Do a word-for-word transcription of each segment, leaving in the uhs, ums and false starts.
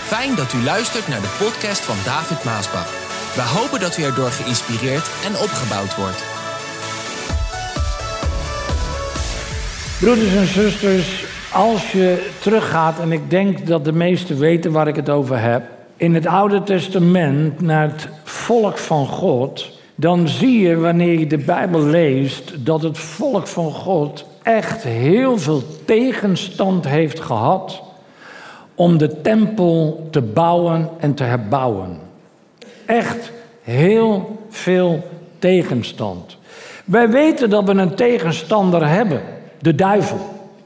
Fijn dat u luistert naar de podcast van David Maasbach. We hopen dat u erdoor geïnspireerd en opgebouwd wordt. Broeders en zusters, als je teruggaat, en ik denk dat de meesten weten waar ik het over heb, in het Oude Testament naar het volk van God, dan zie je wanneer je de Bijbel leest dat het volk van God echt heel veel tegenstand heeft gehad om de tempel te bouwen en te herbouwen. Echt heel veel tegenstand. Wij weten dat we een tegenstander hebben. De duivel,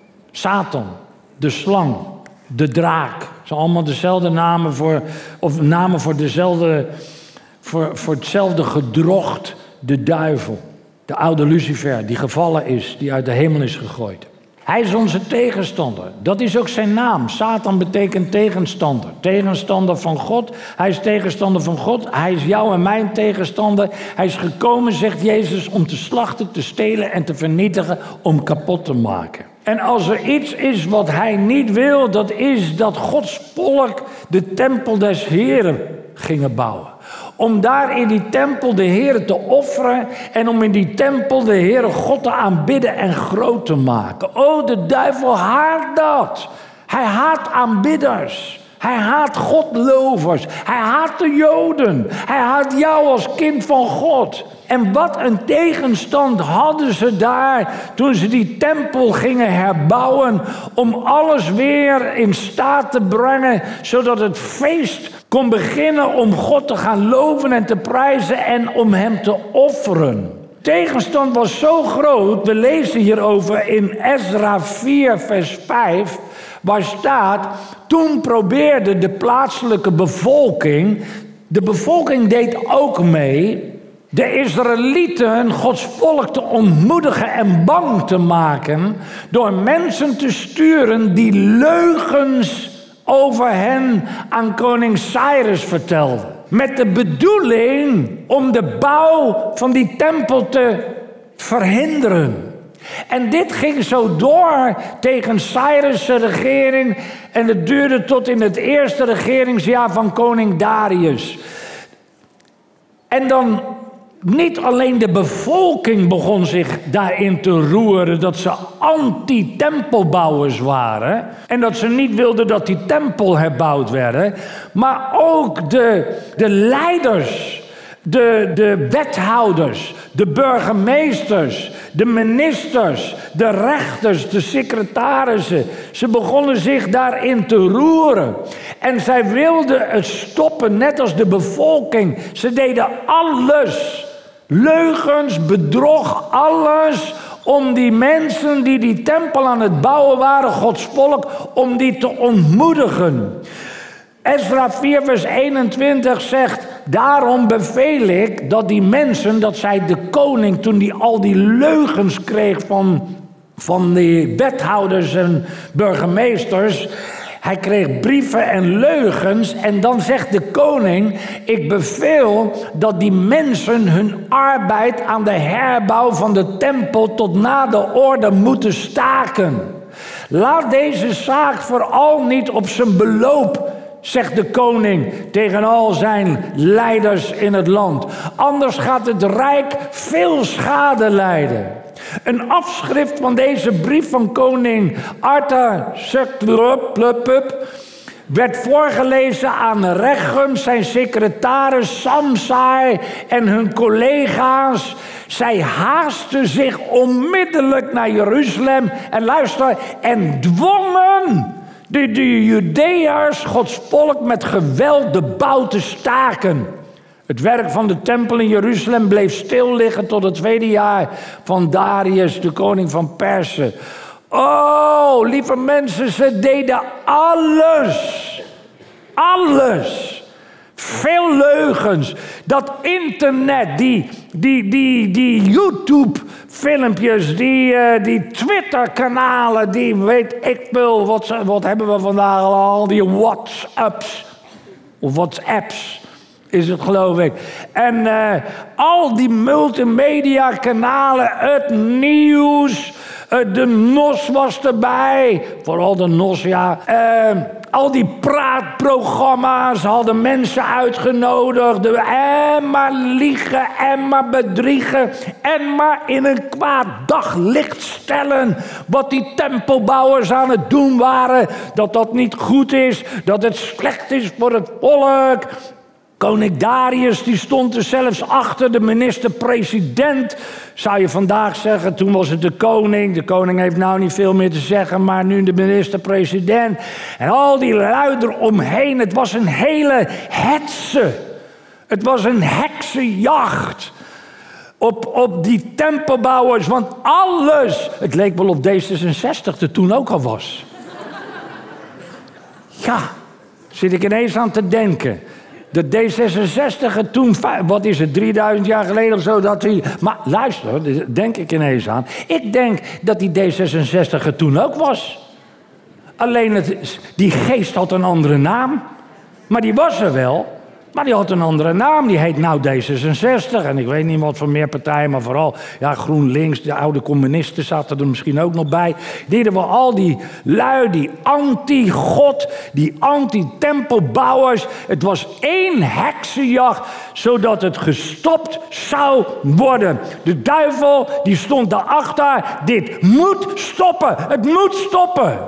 Satan, de slang, de draak. Het zijn allemaal dezelfde namen voor, of namen voor, dezelfde, voor, voor hetzelfde gedrocht. De duivel, de oude Lucifer, die gevallen is, die uit de hemel is gegooid. Hij is onze tegenstander. Dat is ook zijn naam. Satan betekent tegenstander. Tegenstander van God. Hij is tegenstander van God. Hij is jouw en mijn tegenstander. Hij is gekomen, zegt Jezus, om te slachten, te stelen en te vernietigen, om kapot te maken. En als er iets is wat hij niet wil, dat is dat Gods volk de tempel des Heren gingen bouwen. Om daar in die tempel de Heer te offeren en om in die tempel de Heere God te aanbidden en groot te maken. Oh, de duivel haat dat. Hij haat aanbidders. Hij haat Godlovers. Hij haat de Joden. Hij haat jou als kind van God. En wat een tegenstand hadden ze daar toen ze die tempel gingen herbouwen, om alles weer in staat te brengen, zodat het feest kon beginnen om God te gaan loven en te prijzen en om hem te offeren. Tegenstand was zo groot, we lezen hierover in Ezra vier vers vijf, waar staat: toen probeerde de plaatselijke bevolking, de bevolking deed ook mee, de Israëlieten, Gods volk, te ontmoedigen en bang te maken door mensen te sturen die leugens over hen aan koning Cyrus vertelden. Met de bedoeling om de bouw van die tempel te verhinderen. En dit ging zo door tegen Cyrus' regering en het duurde tot in het eerste regeringsjaar van koning Darius. En dan niet alleen de bevolking begon zich daarin te roeren dat ze anti-tempelbouwers waren en dat ze niet wilden dat die tempel herbouwd werd, maar ook de, de leiders, de, de wethouders, de burgemeesters, de ministers, de rechters, de secretarissen. Ze begonnen zich daarin te roeren. En zij wilden het stoppen, net als de bevolking. Ze deden alles. Leugens, bedrog, alles om die mensen die die tempel aan het bouwen waren, Gods volk, om die te ontmoedigen. Ezra vier vers eenentwintig zegt: daarom beveel ik dat die mensen, dat zij de koning, toen die al die leugens kreeg van, van die wethouders en burgemeesters, hij kreeg brieven en leugens en dan zegt de koning: ik beveel dat die mensen hun arbeid aan de herbouw van de tempel tot na de orde moeten staken. Laat deze zaak vooral niet op zijn beloop, zegt de koning tegen al zijn leiders in het land. Anders gaat het rijk veel schade lijden. Een afschrift van deze brief van koning Artaxerxes werd voorgelezen aan Rechem, zijn secretaris Samsai en hun collega's. Zij haasten zich onmiddellijk naar Jeruzalem en luister, en dwongen de, de Judeërs, Gods volk, met geweld de bouw te staken. Het werk van de tempel in Jeruzalem bleef stil liggen tot het tweede jaar van Darius, de koning van Persen. Oh, lieve mensen, ze deden alles. Alles. Veel leugens. Dat internet, die, die, die, die YouTube-filmpjes, die, uh, die Twitter-kanalen, die weet ik veel, wat, wat hebben we vandaag al, die WhatsApps, of WhatsApps is het, geloof ik. En uh, al die multimedia-kanalen, het nieuws, Uh, de N O S was erbij. Vooral de N O S, ja. Uh, al die praatprogramma's hadden mensen uitgenodigd. En maar liegen en maar bedriegen. En maar in een kwaad daglicht stellen wat die tempelbouwers aan het doen waren. Dat dat niet goed is. Dat het slecht is voor het volk. Koning Darius die stond er zelfs achter, de minister-president. Zou je vandaag zeggen, toen was het de koning. De koning heeft nou niet veel meer te zeggen, maar nu de minister-president. En al die luider omheen, het was een hele hetze. Het was een heksenjacht op, op die tempelbouwers. Want alles, het leek wel op D zesenzestig, dat toen ook al was. Ja, zit ik ineens aan te denken. De D zesenzestig toen, wat is het, drieduizend jaar geleden of zo. Dat die, maar luister, daar denk ik ineens aan. Ik denk dat die D zesenzestig toen ook was. Alleen het, die geest had een andere naam. Maar die was er wel. Maar die had een andere naam. Die heet nou D zesenzestig. En ik weet niet wat voor meer partijen, maar vooral ja, GroenLinks, de oude communisten zaten er misschien ook nog bij. Deden we al die lui, die anti-God, die anti-tempelbouwers. Het was één heksenjacht, zodat het gestopt zou worden. De duivel, die stond daarachter. Dit moet stoppen. Het moet stoppen.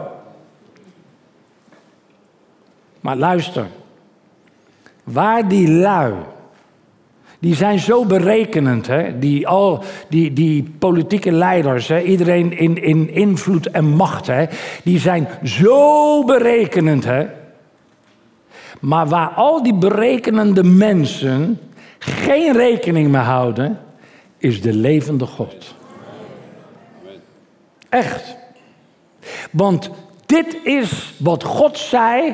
Maar luister. Waar die lui, die zijn zo berekenend, hè? Die, al, die, die politieke leiders, hè? Iedereen in, in invloed en macht, hè? Die zijn zo berekenend. Hè? Maar waar al die berekenende mensen geen rekening mee houden, is de levende God. Echt. Want dit is wat God zei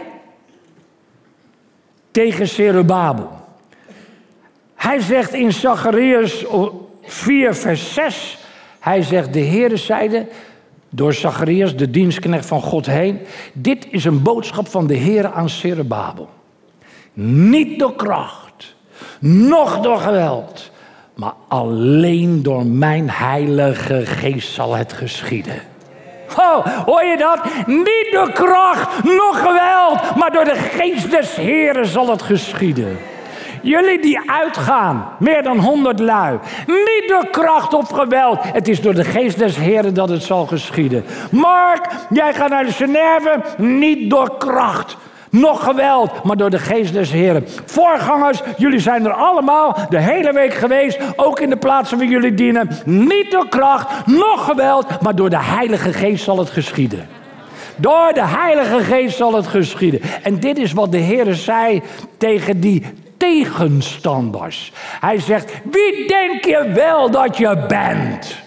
tegen Zerubabel. Hij zegt in Zacharias vier vers zes, hij zegt, de Heere zeide, door Zacharias, de dienstknecht van God heen, dit is een boodschap van de Heere aan Zerubabel. Niet door kracht, noch door geweld, maar alleen door mijn heilige geest zal het geschieden. Oh, hoor je dat? Niet door kracht, noch geweld, maar door de geest des Heren zal het geschieden. Jullie die uitgaan, meer dan honderd lui. Niet door kracht of geweld. Het is door de geest des Heren dat het zal geschieden. Mark, jij gaat naar de Genève. Niet door kracht, nog geweld, maar door de geest des Heren. Voorgangers, jullie zijn er allemaal de hele week geweest. Ook in de plaatsen waar jullie dienen. Niet door kracht, nog geweld, maar door de Heilige Geest zal het geschieden. Door de Heilige Geest zal het geschieden. En dit is wat de Heer zei tegen die tegenstanders. Hij zegt, wie denk je wel dat je bent?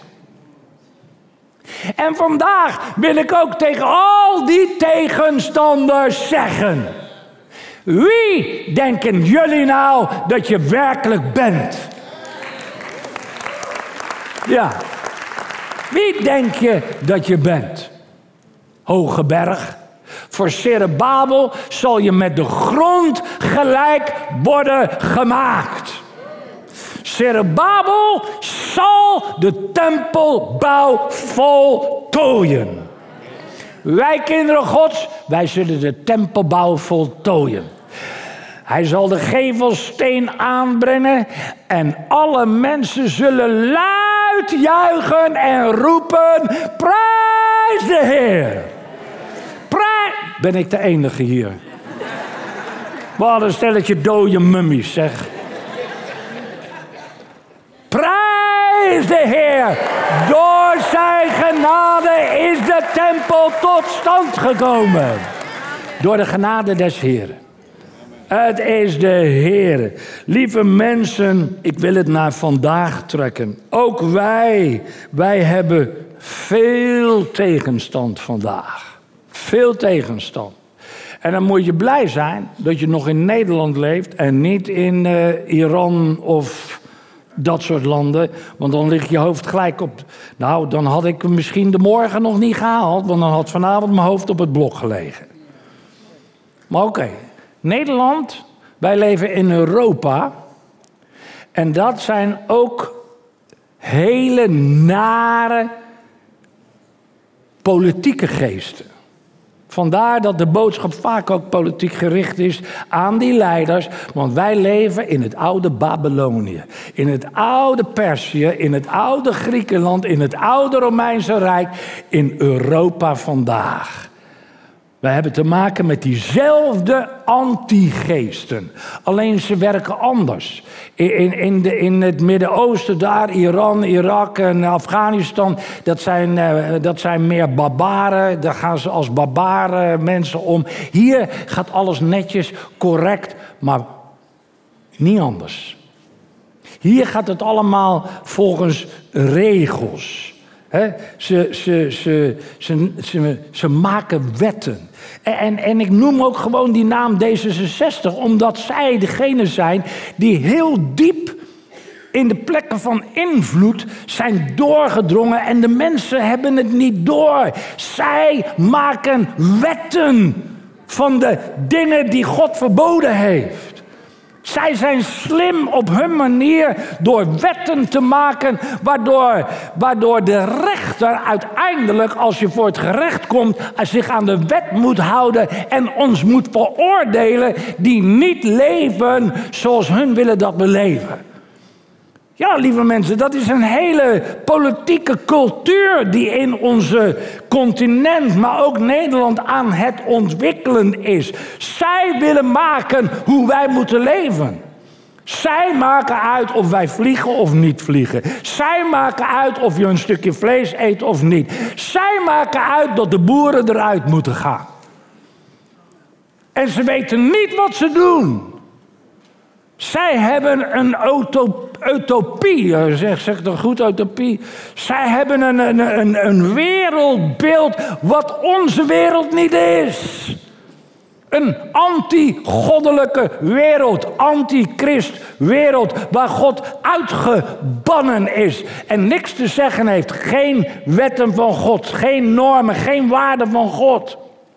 En vandaag wil ik ook tegen al die tegenstanders zeggen, wie denken jullie nou dat je werkelijk bent? Ja, wie denk je dat je bent? Hoge berg. Voor Zerubabel zal je met de grond gelijk worden gemaakt. Zerubabel zal de tempelbouw voltooien. Wij kinderen Gods, wij zullen de tempelbouw voltooien. Hij zal de gevelsteen aanbrengen en alle mensen zullen luid juichen en roepen, prijs de Heer. Prijs... Ben ik de enige hier? Wat een stelletje dode mummies, zeg. Prijs de Heer. Door zijn genade is de tempel tot stand gekomen. Door de genade des Heeren. Het is de Heer. Lieve mensen, ik wil het naar vandaag trekken. Ook wij, wij hebben veel tegenstand vandaag. Veel tegenstand. En dan moet je blij zijn dat je nog in Nederland leeft en niet in uh, Iran of dat soort landen. Want dan ligt je hoofd gelijk op... Nou, dan had ik misschien de morgen nog niet gehaald, want dan had vanavond mijn hoofd op het blok gelegen. Maar oké, okay. Nederland, wij leven in Europa. En dat zijn ook hele nare politieke geesten. Vandaar dat de boodschap vaak ook politiek gericht is aan die leiders. Want wij leven in het oude Babylonië. In het oude Perzië, in het oude Griekenland, in het oude Romeinse Rijk. In Europa vandaag. Wij hebben te maken met diezelfde antigeesten. Alleen ze werken anders. In, in, de, in het Midden-Oosten, daar, Iran, Irak en Afghanistan, dat zijn, uh, dat zijn meer barbaren. Daar gaan ze als barbaren mensen om. Hier gaat alles netjes, correct, maar niet anders. Hier gaat het allemaal volgens regels. He, ze, ze, ze, ze, ze, ze maken wetten. En, en ik noem ook gewoon die naam D zesenzestig, omdat zij degene zijn die heel diep in de plekken van invloed zijn doorgedrongen. En de mensen hebben het niet door. Zij maken wetten van de dingen die God verboden heeft. Zij zijn slim op hun manier door wetten te maken, waardoor, waardoor de rechter uiteindelijk, als je voor het gerecht komt, zich aan de wet moet houden en ons moet veroordelen die niet leven zoals hun willen dat we leven. Ja, lieve mensen, dat is een hele politieke cultuur die in onze continent, maar ook Nederland, aan het ontwikkelen is. Zij willen maken hoe wij moeten leven. Zij maken uit of wij vliegen of niet vliegen. Zij maken uit of je een stukje vlees eet of niet. Zij maken uit dat de boeren eruit moeten gaan. En ze weten niet wat ze doen. Zij hebben een utopie, zeg, zeg toch goed, utopie? Zij hebben een, een, een, een wereldbeeld wat onze wereld niet is. Een anti-goddelijke wereld, anti-christ wereld, waar God uitgebannen is en niks te zeggen heeft. Geen wetten van God, geen normen, geen waarden van God.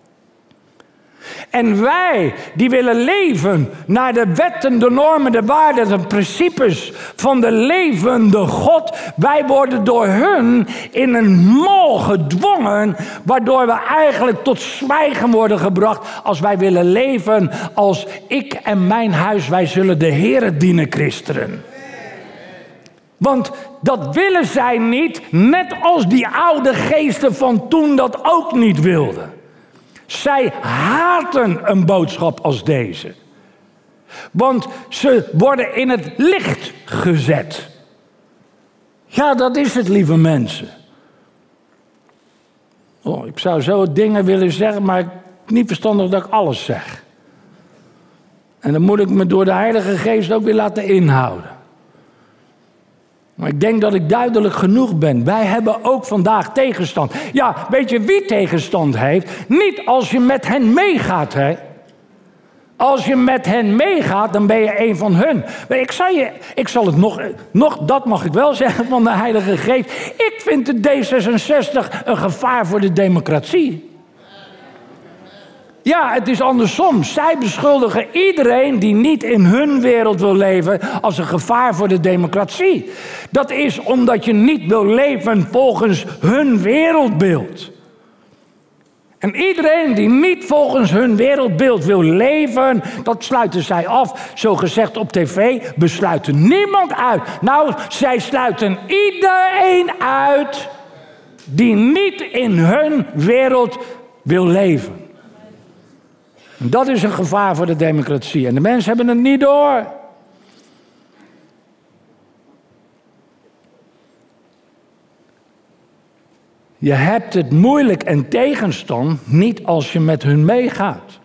En wij die willen leven naar de wetten, de normen, de waarden, de principes van de levende God. Wij worden door hun in een mol gedwongen, waardoor we eigenlijk tot zwijgen worden gebracht als wij willen leven als ik en mijn huis, wij zullen de Heere dienen, christenen. Want dat willen zij niet, net als die oude geesten van toen dat ook niet wilden. Zij haten een boodschap als deze. Want ze worden in het licht gezet. Ja, dat is het, lieve mensen. Oh, ik zou zo dingen willen zeggen, maar niet verstandig dat ik alles zeg. En dan moet ik me door de Heilige Geest ook weer laten inhouden. Maar ik denk dat ik duidelijk genoeg ben. Wij hebben ook vandaag tegenstand. Ja, weet je wie tegenstand heeft? Niet als je met hen meegaat, hè. Als je met hen meegaat, dan ben je een van hun. Ik zal, je, ik zal het nog, nog, dat mag ik wel zeggen van de Heilige Geest. Ik vind de D zesenzestig een gevaar voor de democratie. Ja, het is andersom. Zij beschuldigen iedereen die niet in hun wereld wil leven als een gevaar voor de democratie. Dat is omdat je niet wil leven volgens hun wereldbeeld. En iedereen die niet volgens hun wereldbeeld wil leven, dat sluiten zij af. Zo gezegd op tv, we sluiten niemand uit. Nou, zij sluiten iedereen uit die niet in hun wereld wil leven. Dat is een gevaar voor de democratie. En de mensen hebben het niet door. Je hebt het moeilijk en tegenstand niet als je met hun meegaat.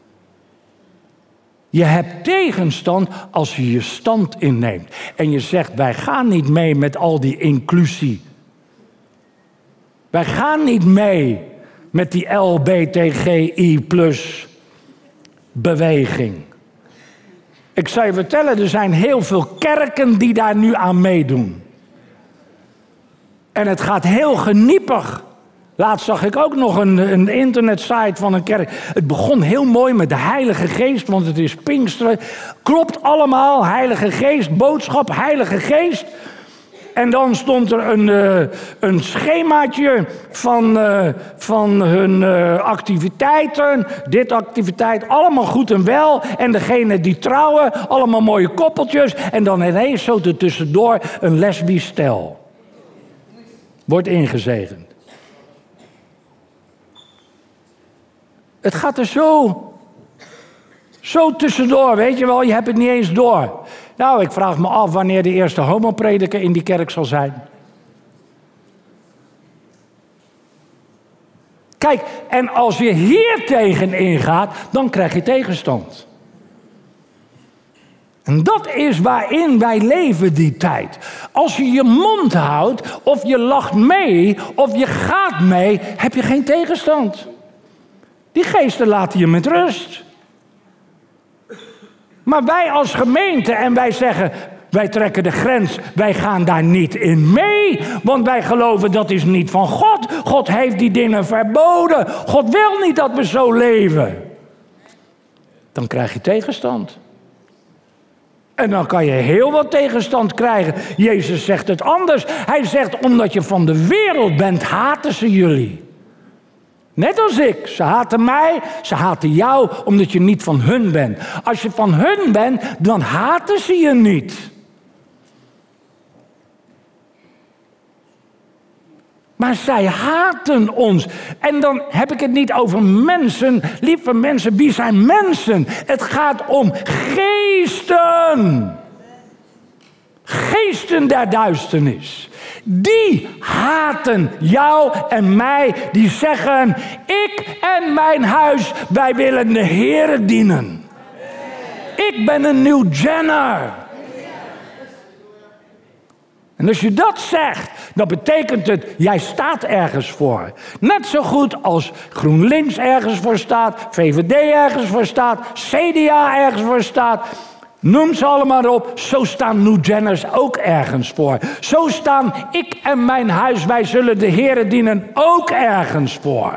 Je hebt tegenstand als je je stand inneemt. En je zegt, wij gaan niet mee met al die inclusie. Wij gaan niet mee met die L B T G I plus beweging. Ik zal je vertellen, er zijn heel veel kerken die daar nu aan meedoen. En het gaat heel geniepig. Laatst zag ik ook nog een, een internetsite van een kerk. Het begon heel mooi met de Heilige Geest, want het is Pinksteren. Klopt allemaal, Heilige Geest, boodschap, Heilige Geest. En dan stond er een, uh, een schemaatje van, uh, van hun uh, activiteiten. Dit activiteit, allemaal goed en wel. En degene die trouwen, allemaal mooie koppeltjes. En dan ineens zo er tussendoor een lesbisch stel. Wordt ingezegend. Het gaat er zo, zo tussendoor, weet je wel, je hebt het niet eens door. Nou, ik vraag me af wanneer de eerste homoprediker in die kerk zal zijn. Kijk, en als je hier tegen ingaat, dan krijg je tegenstand. En dat is waarin wij leven die tijd. Als je je mond houdt, of je lacht mee, of je gaat mee, heb je geen tegenstand. Die geesten laten je met rust. Maar wij als gemeente en wij zeggen, wij trekken de grens, wij gaan daar niet in mee. Want wij geloven dat is niet van God. God heeft die dingen verboden. God wil niet dat we zo leven. Dan krijg je tegenstand. En dan kan je heel wat tegenstand krijgen. Jezus zegt het anders. Hij zegt, omdat je van de wereld bent, haten ze jullie. Net als ik. Ze haten mij, ze haten jou, omdat je niet van hun bent. Als je van hun bent, dan haten ze je niet. Maar zij haten ons. En dan heb ik het niet over mensen. Lieve mensen, wie zijn mensen? Het gaat om geesten. Geesten der duisternis. Die haten jou en mij. Die zeggen, ik en mijn huis, wij willen de Heere dienen. Ik ben een New Jenner. En als je dat zegt, dan betekent het, jij staat ergens voor. Net zo goed als GroenLinks ergens voor staat, V V D ergens voor staat, C D A ergens voor staat. Noem ze allemaal op, zo staan New Jenners ook ergens voor. Zo staan ik en mijn huis, wij zullen de Heere dienen, ook ergens voor.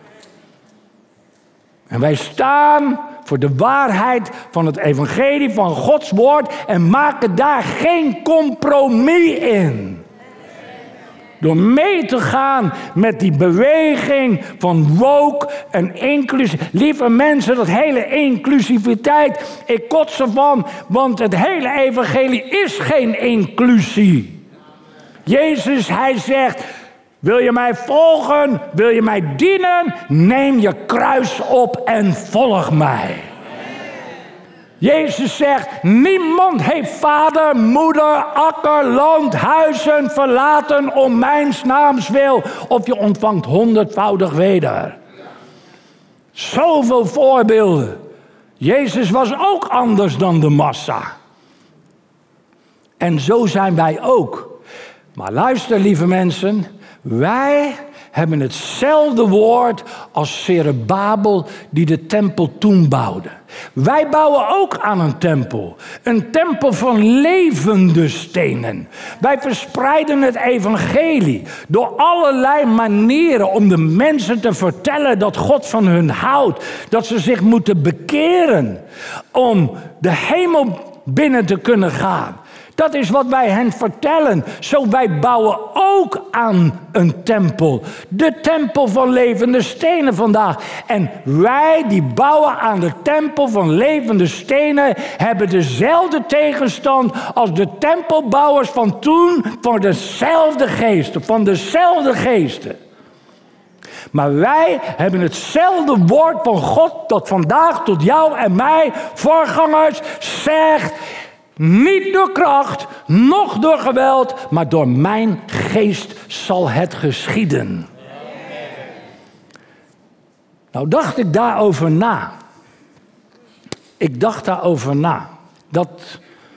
En wij staan voor de waarheid van het evangelie van Gods woord en maken daar geen compromis in. Door mee te gaan met die beweging van woke en inclusie. Lieve mensen, dat hele inclusiviteit, ik kots ervan, want het hele evangelie is geen inclusie. Jezus, hij zegt, wil je mij volgen, wil je mij dienen, neem je kruis op en volg mij. Jezus zegt, niemand heeft vader, moeder, akker, land, huizen verlaten om mijn naams wil, of je ontvangt honderdvoudig weder. Zoveel voorbeelden. Jezus was ook anders dan de massa. En zo zijn wij ook. Maar luister, lieve mensen, wij hebben hetzelfde woord als Zerubbabel die de tempel toen bouwde. Wij bouwen ook aan een tempel. Een tempel van levende stenen. Wij verspreiden het evangelie door allerlei manieren om de mensen te vertellen dat God van hun houdt. Dat ze zich moeten bekeren om de hemel binnen te kunnen gaan. Dat is wat wij hen vertellen. Zo wij bouwen ook aan een tempel. De tempel van levende stenen vandaag. En wij die bouwen aan de tempel van levende stenen hebben dezelfde tegenstand als de tempelbouwers van toen van dezelfde geesten. Van dezelfde geesten. Maar wij hebben hetzelfde woord van God dat vandaag tot jou en mij, voorgangers, zegt: niet door kracht, noch door geweld, maar door mijn geest zal het geschieden. Nou dacht ik daarover na. Ik dacht daarover na. Dat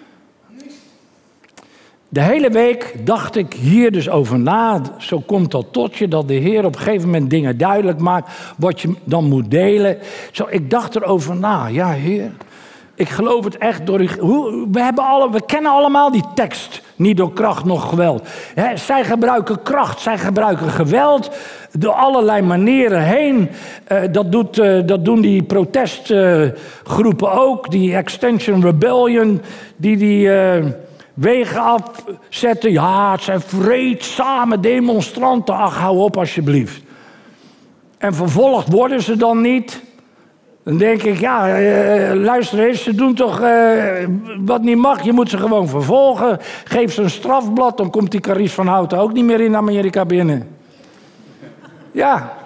de hele week dacht ik hier dus over na. Zo komt dat tot je, dat de Heer op een gegeven moment dingen duidelijk maakt, wat je dan moet delen. Zo, ik dacht erover na. Ja, Heer, ik geloof het echt door u. We, hebben alle, we kennen allemaal die tekst. Niet door kracht, noch geweld. He, zij gebruiken kracht, zij gebruiken geweld. Door allerlei manieren heen. Uh, dat, doet, uh, dat doen die protestgroepen uh, ook. Die Extinction Rebellion. Die die uh, Wegen afzetten. Ja, het zijn vreedzame demonstranten. Ach, hou op alsjeblieft. En vervolgd worden ze dan niet. Dan denk ik, ja, uh, luister eens, ze doen toch uh, wat niet mag. Je moet ze gewoon vervolgen. Geef ze een strafblad, dan komt die Carice van Houten ook niet meer in Amerika binnen. Ja.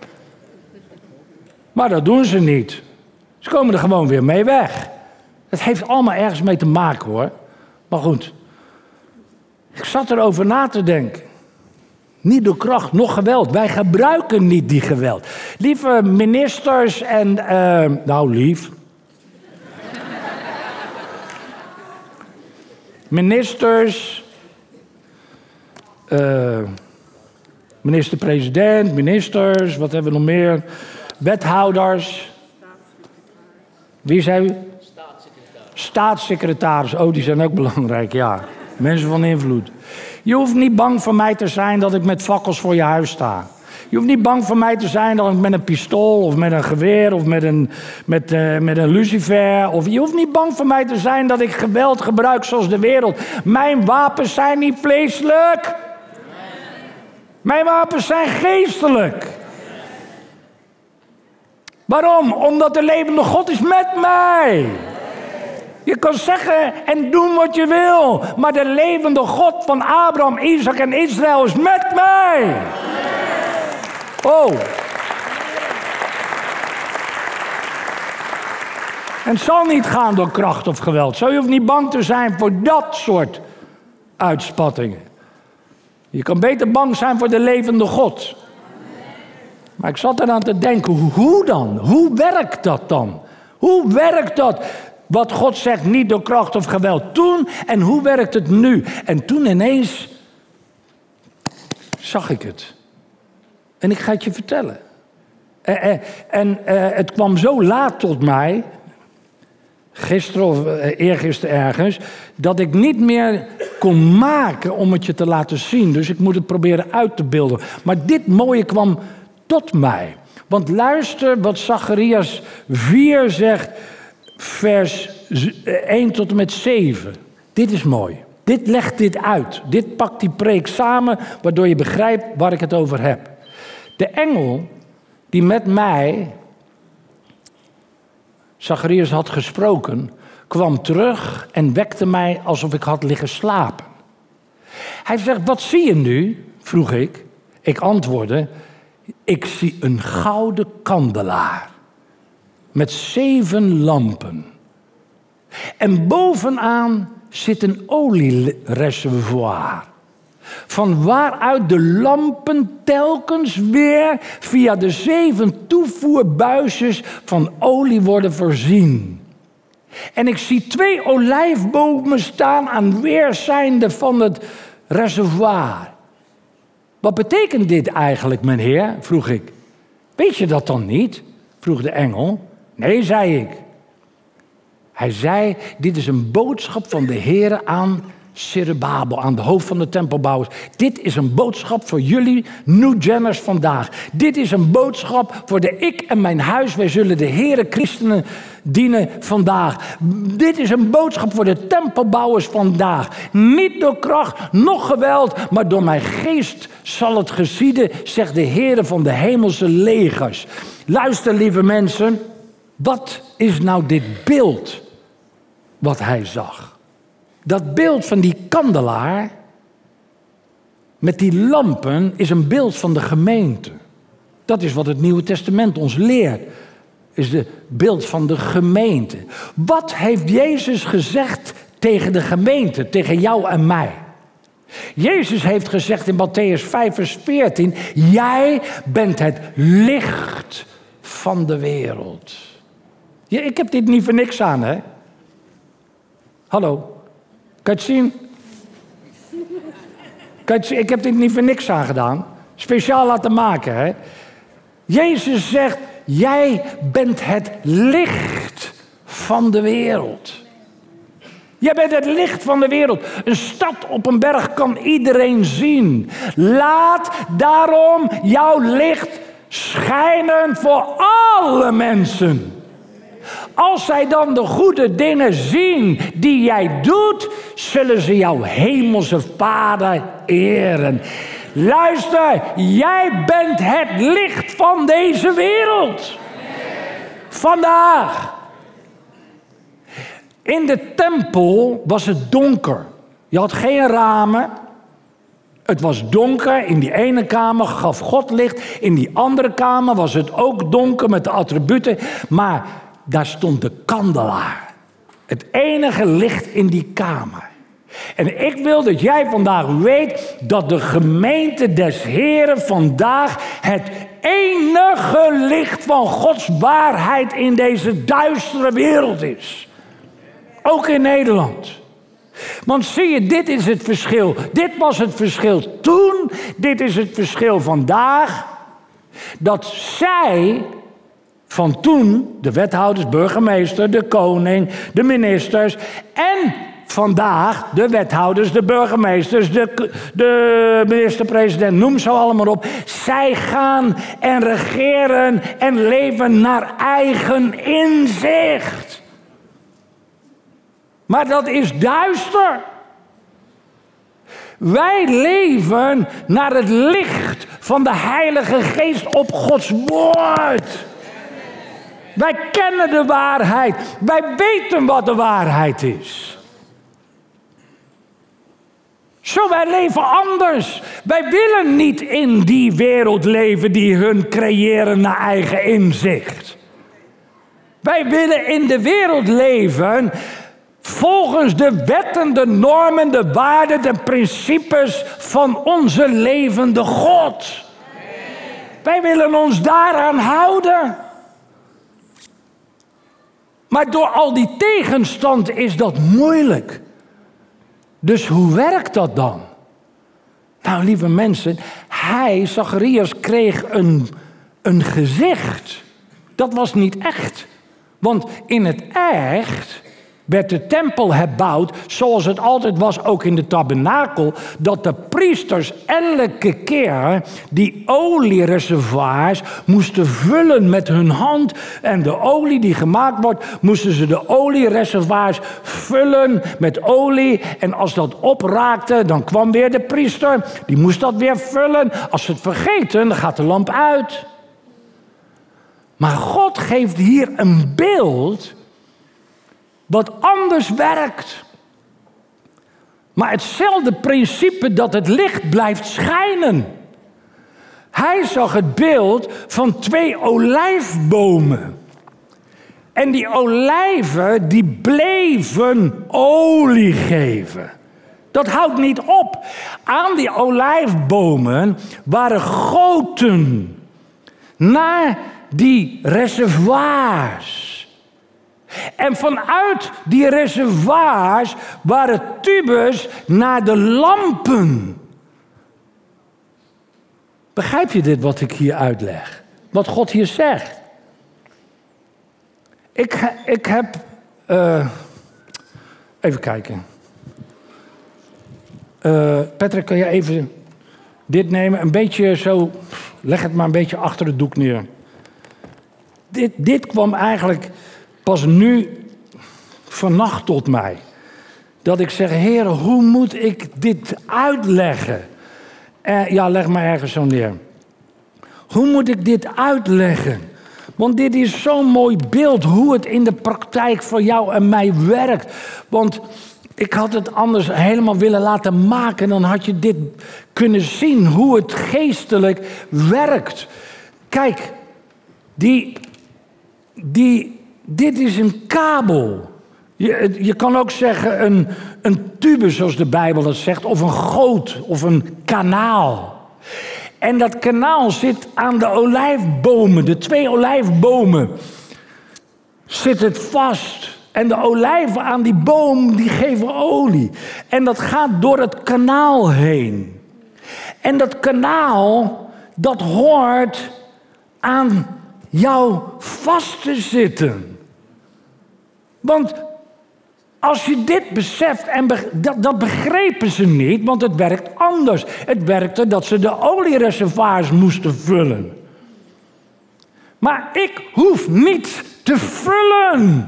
Maar dat doen ze niet. Ze komen er gewoon weer mee weg. Het heeft allemaal ergens mee te maken, hoor. Maar goed. Ik zat erover na te denken. Niet door kracht, nog geweld. Wij gebruiken niet die geweld. Lieve ministers en... Uh, nou, lief. ministers... Uh, minister-president, ministers, wat hebben we nog meer? Wethouders. Wie zei u? Staatssecretaris. Staatssecretaris, oh, die zijn ook belangrijk, ja. Mensen van invloed. Je hoeft niet bang voor mij te zijn dat ik met fakkels voor je huis sta. Je hoeft niet bang voor mij te zijn dat ik met een pistool of met een geweer of met een, met, uh, met een lucifer... Of je hoeft niet bang voor mij te zijn dat ik geweld gebruik zoals de wereld. Mijn wapens zijn niet vleeselijk. Mijn wapens zijn geestelijk. Waarom? Omdat de levende God is met mij. Je kan zeggen en doen wat je wil. Maar de levende God van Abraham, Isaac en Israël is met mij. Oh. En het zal niet gaan door kracht of geweld. Zo, je hoeft niet bang te zijn voor dat soort uitspattingen. Je kan beter bang zijn voor de levende God. Maar ik zat eraan te denken, hoe dan? Hoe werkt dat dan? Hoe werkt dat? Wat God zegt, niet door kracht of geweld. Toen en hoe werkt het nu? En toen ineens zag ik het. En ik ga het je vertellen. En, en, en uh, het kwam zo laat tot mij, gisteren of uh, eergisteren ergens, dat ik niet meer kon maken om het je te laten zien. Dus ik moet het proberen uit te beelden. Maar dit mooie kwam tot mij. Want luister wat Zacharias vier zegt, vers één tot en met zeven. Dit is mooi. Dit legt dit uit. Dit pakt die preek samen, waardoor je begrijpt waar ik het over heb. De engel die met mij, Zacharias had gesproken, kwam terug en wekte mij alsof ik had liggen slapen. Hij zegt, wat zie je nu? Vroeg ik. Ik antwoordde, ik zie een gouden kandelaar met zeven lampen. En bovenaan zit een oliereservoir, van waaruit de lampen telkens weer via de zeven toevoerbuisjes van olie worden voorzien. En ik zie twee olijfbomen staan aan weerszijden van het reservoir. Wat betekent dit eigenlijk, meneer? Vroeg ik. Weet je dat dan niet? Vroeg de engel. Nee, zei ik. Hij zei, dit is een boodschap van de Heere aan Zerubbabel, aan de hoofd van de tempelbouwers. Dit is een boodschap voor jullie New-Genners vandaag. Dit is een boodschap voor de ik en mijn huis. Wij zullen de Heere Christenen dienen vandaag. Dit is een boodschap voor de tempelbouwers vandaag. Niet door kracht, noch geweld, maar door mijn geest zal het geschieden, zegt de Heere van de hemelse legers. Luister, lieve mensen, wat is nou dit beeld wat hij zag? Dat beeld van die kandelaar met die lampen is een beeld van de gemeente. Dat is wat het Nieuwe Testament ons leert. Is het beeld van de gemeente. Wat heeft Jezus gezegd tegen de gemeente, tegen jou en mij? Jezus heeft gezegd in Mattheüs vijf vers veertien, jij bent het licht van de wereld. Ja, ik heb dit niet voor niks aan, hè? Hallo? Kan je het zien? Kan je het zien? Ik heb dit niet voor niks aan gedaan. Speciaal laten maken, hè? Jezus zegt, jij bent het licht van de wereld. Jij bent het licht van de wereld. Een stad op een berg kan iedereen zien. Laat daarom jouw licht schijnen voor alle mensen. Als zij dan de goede dingen zien die jij doet, zullen ze jouw hemelse Vader eren. Luister, jij bent het licht van deze wereld. Vandaag. In de tempel was het donker. Je had geen ramen. Het was donker. In die ene kamer gaf God licht. In die andere kamer was het ook donker met de attributen. Maar daar stond de kandelaar. Het enige licht in die kamer. En ik wil dat jij vandaag weet dat de gemeente des Heren vandaag het enige licht van Gods waarheid in deze duistere wereld is. Ook in Nederland. Want zie je, dit is het verschil. Dit was het verschil toen. Dit is het verschil vandaag. Dat zij van toen, de wethouders, burgemeester, de koning, de ministers en vandaag de wethouders, de burgemeesters, de, de minister-president, noem ze allemaal op. Zij gaan en regeren en leven naar eigen inzicht. Maar dat is duister. Wij leven naar het licht van de Heilige Geest op Gods woord. Wij kennen de waarheid. Wij weten wat de waarheid is. Zo, wij leven anders. Wij willen niet in die wereld leven die hun creëren naar eigen inzicht. Wij willen in de wereld leven volgens de wetten, de normen, de waarden, de principes van onze levende God. Wij willen ons daaraan houden. Maar door al die tegenstand is dat moeilijk. Dus hoe werkt dat dan? Nou, lieve mensen, hij, Zacharias, kreeg een, een gezicht. Dat was niet echt. Want in het echt werd de tempel herbouwd zoals het altijd was, ook in de tabernakel, dat de priesters elke keer die oliereservoirs moesten vullen met hun hand. En de olie die gemaakt wordt, moesten ze de oliereservoirs vullen met olie. En als dat opraakte, dan kwam weer de priester. Die moest dat weer vullen. Als ze het vergeten, dan gaat de lamp uit. Maar God geeft hier een beeld wat anders werkt. Maar hetzelfde principe dat het licht blijft schijnen. Hij zag het beeld van twee olijfbomen. En die olijven die bleven olie geven. Dat houdt niet op. Aan die olijfbomen waren goten naar die reservoirs. En vanuit die reservoirs waren tubes naar de lampen. Begrijp je dit wat ik hier uitleg? Wat God hier zegt? Ik, ik heb... Uh, even kijken. Uh, Patrick, kan je even dit nemen? Een beetje zo... Leg het maar een beetje achter het doek neer. Dit, dit kwam eigenlijk pas nu vannacht tot mij. Dat ik zeg, Heer, hoe moet ik dit uitleggen? Uh, ja, leg maar ergens zo neer. Hoe moet ik dit uitleggen? Want dit is zo'n mooi beeld hoe het in de praktijk voor jou en mij werkt. Want ik had het anders helemaal willen laten maken. Dan had je dit kunnen zien hoe het geestelijk werkt. Kijk, die, die, dit is een kabel. Je, je kan ook zeggen een, een tube, zoals de Bijbel dat zegt. Of een goot, of een kanaal. En dat kanaal zit aan de olijfbomen, de twee olijfbomen. Zit het vast. En de olijven aan die boom, die geven olie. En dat gaat door het kanaal heen. En dat kanaal, dat hoort aan jou vast te zitten. Want als je dit beseft, en be- dat, dat begrepen ze niet, want het werkt anders. Het werkte dat ze de oliereservoirs moesten vullen. Maar ik hoef niet te vullen.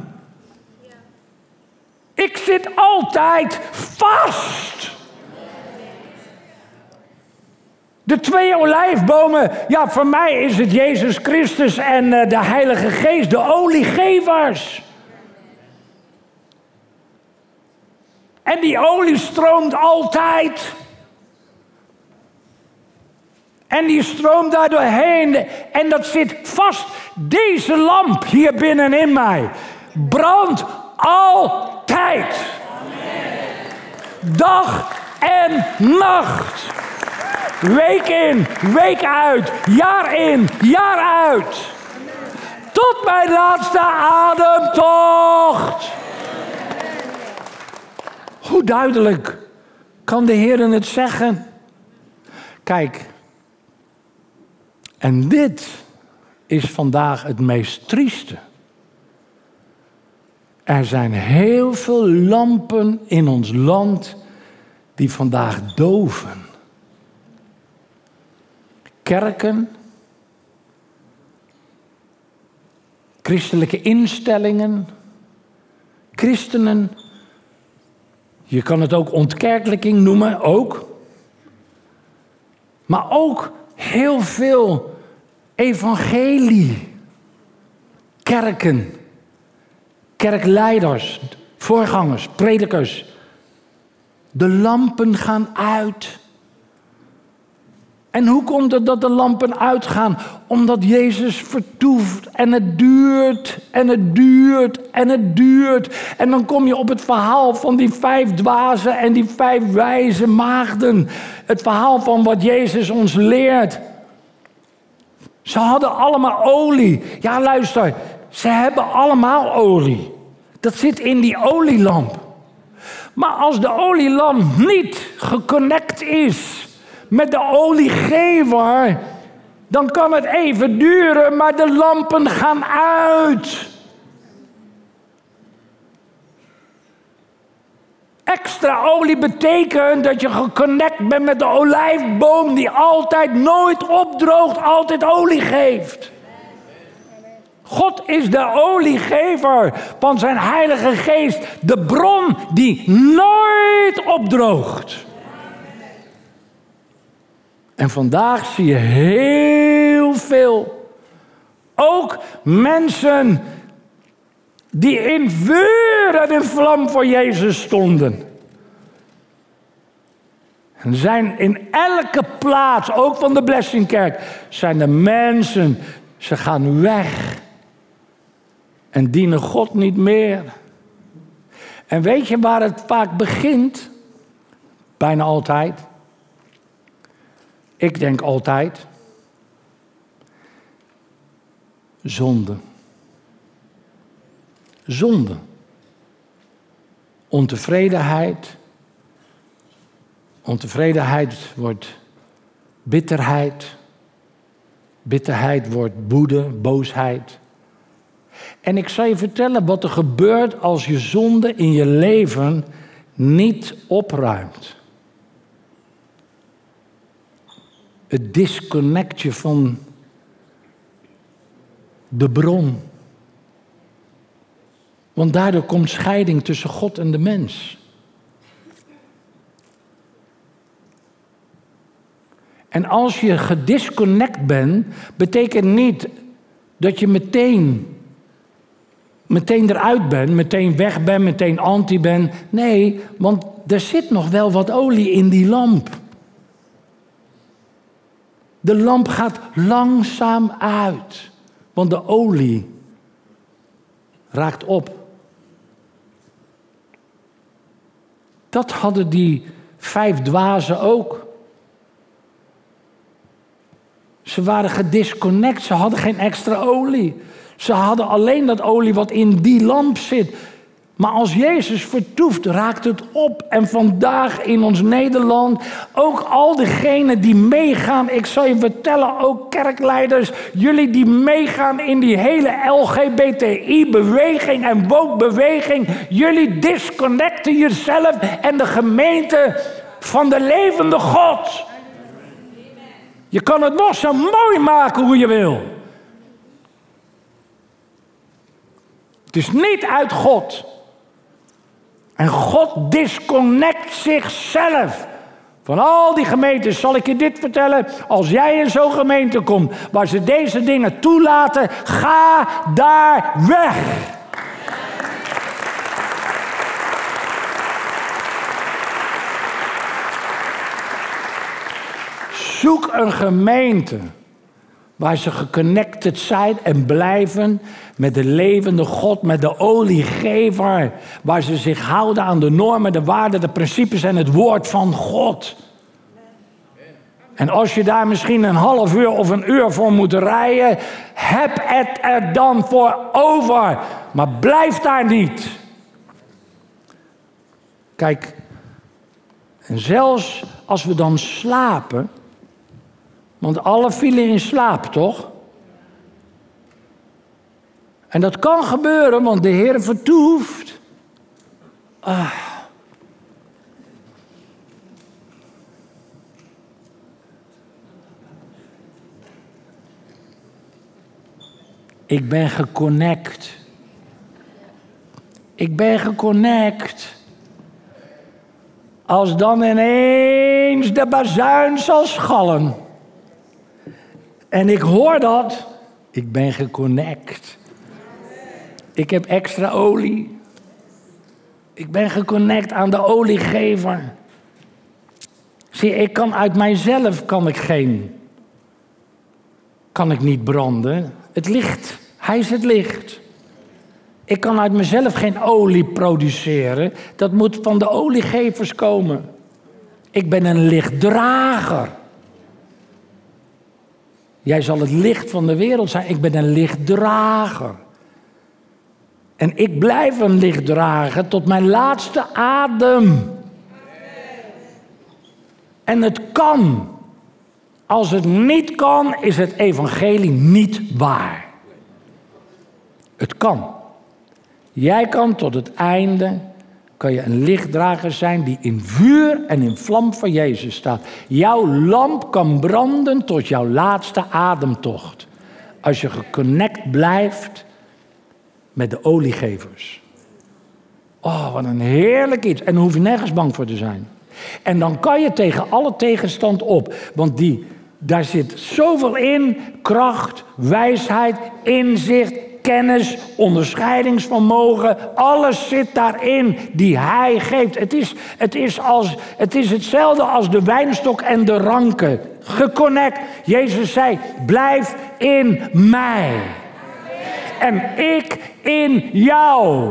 Ik zit altijd vast. De twee olijfbomen, ja, voor mij is het Jezus Christus en uh, de Heilige Geest, de oliegevers. En die olie stroomt altijd. En die stroomt daar doorheen. En dat zit vast. Deze lamp hier binnenin mij brandt altijd. Amen. Dag en nacht. Week in, week uit. Jaar in, jaar uit. Tot mijn laatste ademtocht. Hoe duidelijk kan de Heer het zeggen? Kijk, en dit is vandaag het meest trieste. Er zijn heel veel lampen in ons land die vandaag doven. Kerken, christelijke instellingen, christenen. Je kan het ook ontkerkelijking noemen, ook. Maar ook heel veel evangelie. Kerken, kerkleiders, voorgangers, predikers. De lampen gaan uit. En hoe komt het dat de lampen uitgaan? Omdat Jezus vertoeft en het duurt en het duurt en het duurt. En dan kom je op het verhaal van die vijf dwazen en die vijf wijze maagden. Het verhaal van wat Jezus ons leert. Ze hadden allemaal olie. Ja, luister, ze hebben allemaal olie. Dat zit in die olielamp. Maar als de olielamp niet geconnect is met de oliegever, dan kan het even duren, maar de lampen gaan uit. Extra olie betekent dat je geconnect bent met de olijfboom die altijd nooit opdroogt, altijd olie geeft. God is de oliegever van zijn Heilige Geest, de bron die nooit opdroogt. En vandaag zie je heel veel, ook mensen die in vuur en in vlam voor Jezus stonden. En zijn in elke plaats, ook van de Blessingkerk, zijn er mensen, ze gaan weg en dienen God niet meer. En weet je waar het vaak begint? Bijna altijd. Ik denk altijd. Zonde. Zonde. Ontevredenheid. Ontevredenheid wordt bitterheid. Bitterheid wordt woede, boosheid. En ik zal je vertellen wat er gebeurt als je zonde in je leven niet opruimt. Het disconnect je van de bron. Want daardoor komt scheiding tussen God en de mens. En als je gedisconnect bent, betekent niet dat je meteen, meteen eruit bent, meteen weg bent, meteen anti bent. Nee, want er zit nog wel wat olie in die lamp. De lamp gaat langzaam uit, want de olie raakt op. Dat hadden die vijf dwazen ook. Ze waren gedisconnect, ze hadden geen extra olie. Ze hadden alleen dat olie wat in die lamp zit. Maar als Jezus vertoeft, raakt het op. En vandaag in ons Nederland, ook al diegenen die meegaan. Ik zal je vertellen, ook kerkleiders, jullie die meegaan in die hele L G B T I-beweging en woke-beweging. Jullie disconnecten jezelf en de gemeente van de levende God. Je kan het nog zo mooi maken hoe je wil. Het is niet uit God. En God disconnect zichzelf. Van al die gemeentes zal ik je dit vertellen. Als jij in zo'n gemeente komt waar ze deze dingen toelaten, ga daar weg. Zoek een gemeente waar ze geconnected zijn en blijven met de levende God, met de oliegever. Waar ze zich houden aan de normen, de waarden, de principes en het woord van God. En als je daar misschien een half uur of een uur voor moet rijden, heb het er dan voor over. Maar blijf daar niet. Kijk, en zelfs als we dan slapen, want alle vielen in slaap, toch? En dat kan gebeuren, want de Heer vertoeft. Ah. Ik ben geconnect. Ik ben geconnect. Als dan ineens de bazuin zal schallen. En ik hoor dat. Ik ben geconnect. Ik heb extra olie. Ik ben geconnect aan de oliegever. Zie, ik kan uit mijzelf kan ik geen... Kan ik niet branden. Het licht. Hij is het licht. Ik kan uit mezelf geen olie produceren. Dat moet van de oliegevers komen. Ik ben een lichtdrager. Jij zal het licht van de wereld zijn. Ik ben een lichtdrager. En ik blijf een licht dragen tot mijn laatste adem. En het kan. Als het niet kan, is het evangelie niet waar. Het kan. Jij kan tot het einde, kan je een lichtdrager zijn die in vuur en in vlam van Jezus staat. Jouw lamp kan branden tot jouw laatste ademtocht. Als je geconnect blijft met de oliegevers. Oh, wat een heerlijk iets. En daar hoef je nergens bang voor te zijn. En dan kan je tegen alle tegenstand op. Want die, daar zit zoveel in. Kracht, wijsheid, inzicht, kennis, onderscheidingsvermogen. Alles zit daarin die hij geeft. Het is, het is, als, het is hetzelfde als de wijnstok en de ranken. Geconnect. Jezus zei, blijf in mij. En ik in jou.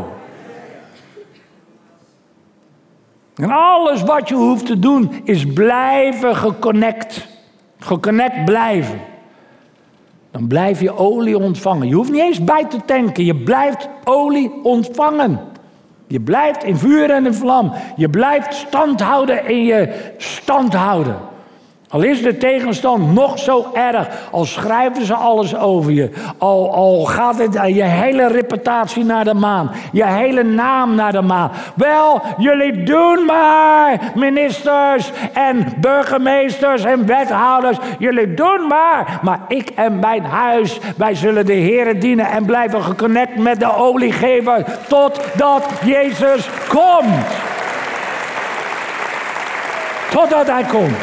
En alles wat je hoeft te doen is blijven geconnect. Geconnect blijven. Dan blijf je olie ontvangen. Je hoeft niet eens bij te tanken. Je blijft olie ontvangen. Je blijft in vuur en in vlam. Je blijft stand houden in je stand houden. Al is de tegenstand nog zo erg, al schrijven ze alles over je, al, al gaat het je hele reputatie naar de maan, je hele naam naar de maan. Wel, jullie doen maar, ministers en burgemeesters en wethouders, jullie doen maar. Maar ik en mijn huis, wij zullen de Heere dienen en blijven geconnect met de oliegever totdat Jezus komt. Totdat hij komt.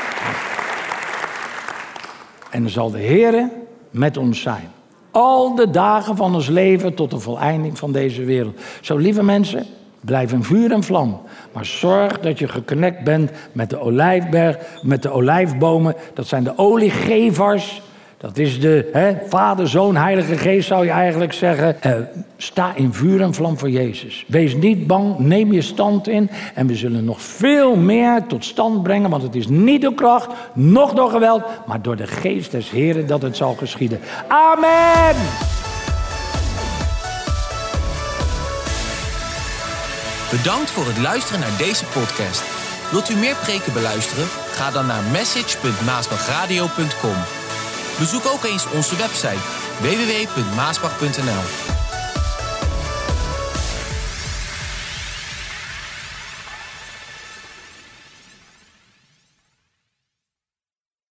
En dan zal de Heere met ons zijn. Al de dagen van ons leven tot de voleinding van deze wereld. Zo, lieve mensen, blijf in vuur en vlam. Maar zorg dat je geconnect bent met de olijfberg, met de olijfbomen. Dat zijn de oliegevers. Dat is de hè, Vader, Zoon, Heilige Geest zou je eigenlijk zeggen. Uh, sta in vuur en vlam voor Jezus. Wees niet bang, neem je stand in. En we zullen nog veel meer tot stand brengen. Want het is niet door kracht, noch door geweld. Maar door de Geest des Heren dat het zal geschieden. Amen! Bedankt voor het luisteren naar deze podcast. Wilt u meer preken beluisteren? Ga dan naar message punt maasbachradio punt com. Bezoek ook eens onze website w w w punt maasbach punt n l.